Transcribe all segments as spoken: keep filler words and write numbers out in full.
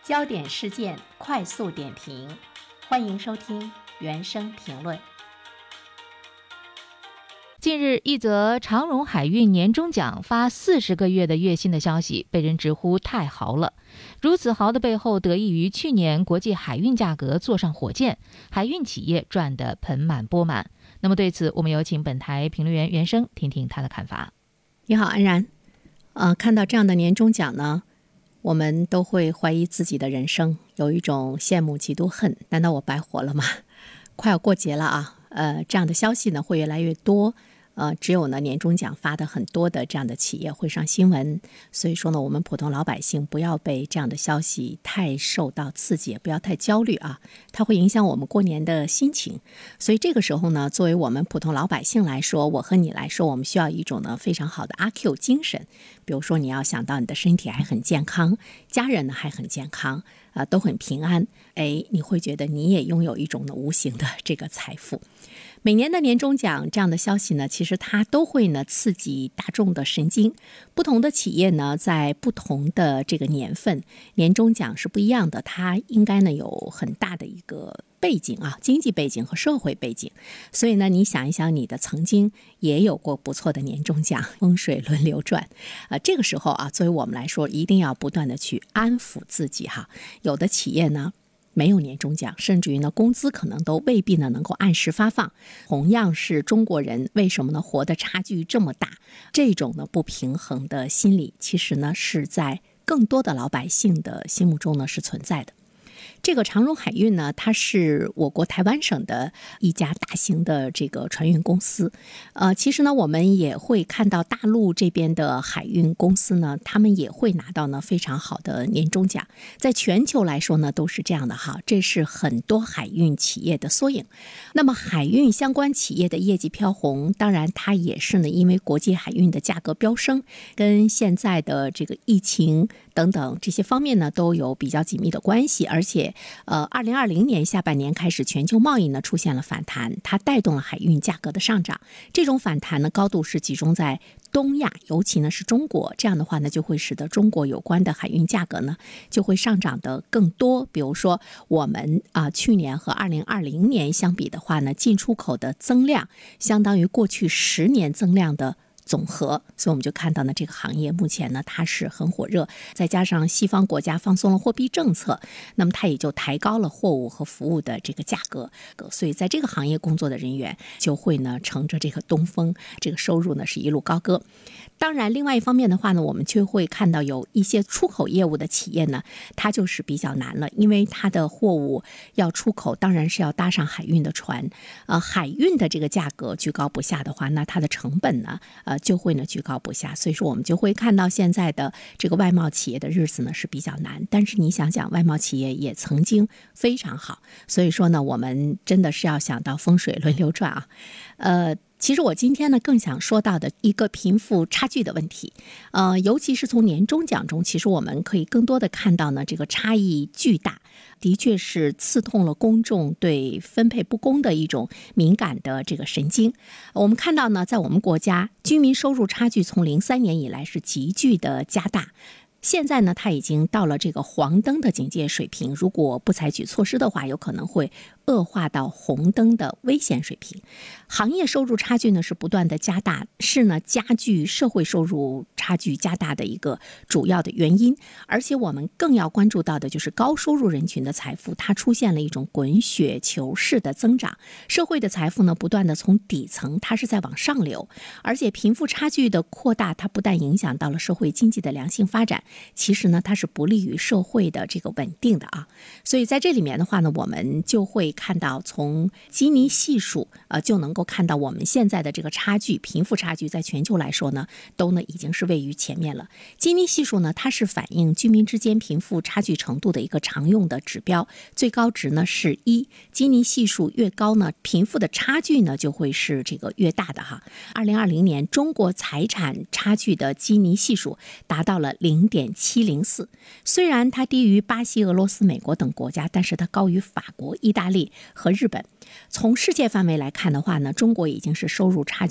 焦点事件快速点评，欢迎收听原声评论。 近日，一则长荣海运年终奖发四十个月的月薪的消息被人直呼太豪了。如此豪的背后，得益于去年国际海运价格坐上火箭，海运企业赚得盆满钵满。那么对此，我们有请本台评论员袁生听听他的看法。 你好，安然。呃，看到这样的年终奖呢，我们都会怀疑自己的人生，有一种羡慕嫉妒恨，难道我白活了吗？快要过节了啊，呃，这样的消息呢会越来越多。呃，只有呢年终奖发的很多的这样的企业会上新闻，所以说呢，我们普通老百姓不要被这样的消息太受到刺激，也不要太焦虑啊，它会影响我们过年的心情。所以这个时候呢，作为我们普通老百姓来说，我和你来说，我们需要一种呢非常好的阿 Q 精神。比如说，你要想到你的身体还很健康，家人呢还很健康，啊、呃，都很平安，哎，你会觉得你也拥有一种呢无形的这个财富。每年的年终奖这样的消息呢，其实它都会呢刺激大众的神经。不同的企业呢，在不同的这个年份，年终奖是不一样的。它应该呢有很大的一个背景啊，经济背景和社会背景。所以呢，你想一想，你的曾经也有过不错的年终奖，风水轮流转。呃，这个时候啊，作为我们来说，一定要不断的去安抚自己哈。有的企业呢，没有年终奖，甚至于呢，工资可能都未必呢能够按时发放。同样是中国人，为什么呢活的差距这么大？这种呢不平衡的心理，其实呢是在更多的老百姓的心目中呢是存在的。这个长荣海运呢，它是我国台湾省的一家大型的这个船运公司。呃，其实呢，我们也会看到大陆这边的海运公司呢，他们也会拿到呢非常好的年终奖。在全球来说呢，都是这样的哈，这是很多海运企业的缩影。那么海运相关企业的业绩飘红，当然它也是呢，因为国际海运的价格飙升，跟现在的这个疫情等等这些方面呢，都有比较紧密的关系。而且呃，二零二零年下半年开始，全球贸易呢出现了反弹，它带动了海运价格的上涨。这种反弹呢，高度是集中在东亚，尤其呢是中国。这样的话呢，就会使得中国有关的海运价格呢就会上涨的更多。比如说，我们啊、呃、去年和二零二零年相比的话呢，进出口的增量相当于过去十年增量的总和，所以我们就看到呢，这个行业目前呢它是很火热，再加上西方国家放松了货币政策，那么它也就抬高了货物和服务的这个价格，所以在这个行业工作的人员就会呢乘着这个东风，这个收入呢是一路高歌。当然，另外一方面的话呢，我们却会看到有一些出口业务的企业呢，它就是比较难了，因为它的货物要出口，当然是要搭上海运的船，呃，海运的这个价格居高不下的话，那它的成本呢，呃，就会呢居高不下，所以说我们就会看到现在的这个外贸企业的日子呢是比较难。但是你想想，外贸企业也曾经非常好，所以说呢，我们真的是要想到风水轮流转啊，呃。其实我今天呢更想说到的一个贫富差距的问题，呃，尤其是从年终奖中，其实我们可以更多的看到呢，这个差异巨大，的确是刺痛了公众对分配不公的一种敏感的这个神经。我们看到呢，在我们国家，居民收入差距从零三年以来是急剧的加大。现在呢，它已经到了这个黄灯的警戒水平，如果不采取措施的话，有可能会恶化到红灯的危险水平。行业收入差距呢是不断的加大，是呢加剧社会收入差距加大的一个主要的原因。而且我们更要关注到的就是高收入人群的财富，它出现了一种滚雪球式的增长。社会的财富呢不断的从底层它是在往上流，而且贫富差距的扩大，它不但影响到了社会经济的良性发展，其实呢它是不利于社会的这个稳定的啊。所以在这里面的话呢，我们就会看到从基尼系数呃就能够看到我们现在的这个差距，贫富差距在全球来说呢都呢已经是位于前面了。基尼系数呢它是反映居民之间贫富差距程度的一个常用的指标，最高值呢是一，基尼系数越高呢，贫富的差距呢就会是这个越大的哈。二零二零年中国财产差距的基尼系数达到了零点七零四，虽然它低于巴西、俄罗斯、美国等国家，但是它高于法国、意大利和日本。从世界范围来看的话呢，中国已经是收入差距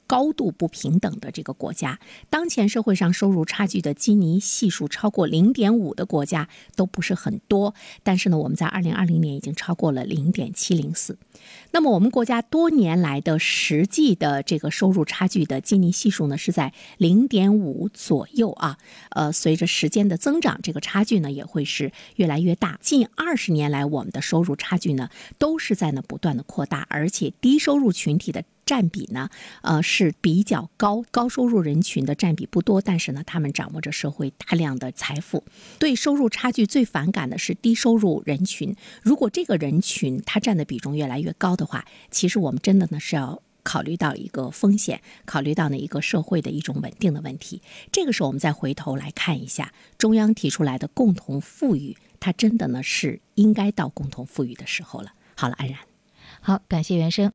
高度不平等的这个国家。当前社会上收入差距的基尼系数超过 零点五 的国家都不是很多，但是呢，我们在二零二零年已经超过了 零点七零四。那么我们国家多年来的实际的这个收入差距的基尼系数呢，是在 零点五 左右啊。呃，随着时间的增长，这个差距呢也会是越来越大。近二十年来，我们的收入差距呢都是在呢不断的扩大，而且低收入群体的占比呢，呃是比较高，高收入人群的占比不多，但是呢，他们掌握着社会大量的财富。对收入差距最反感的是低收入人群，如果这个人群他占的比重越来越高的话，其实我们真的呢是要考虑到一个风险，考虑到呢一个社会的一种稳定的问题。这个时候我们再回头来看一下中央提出来的共同富裕，它真的呢是应该到共同富裕的时候了。好了，安然。 好，感谢袁生。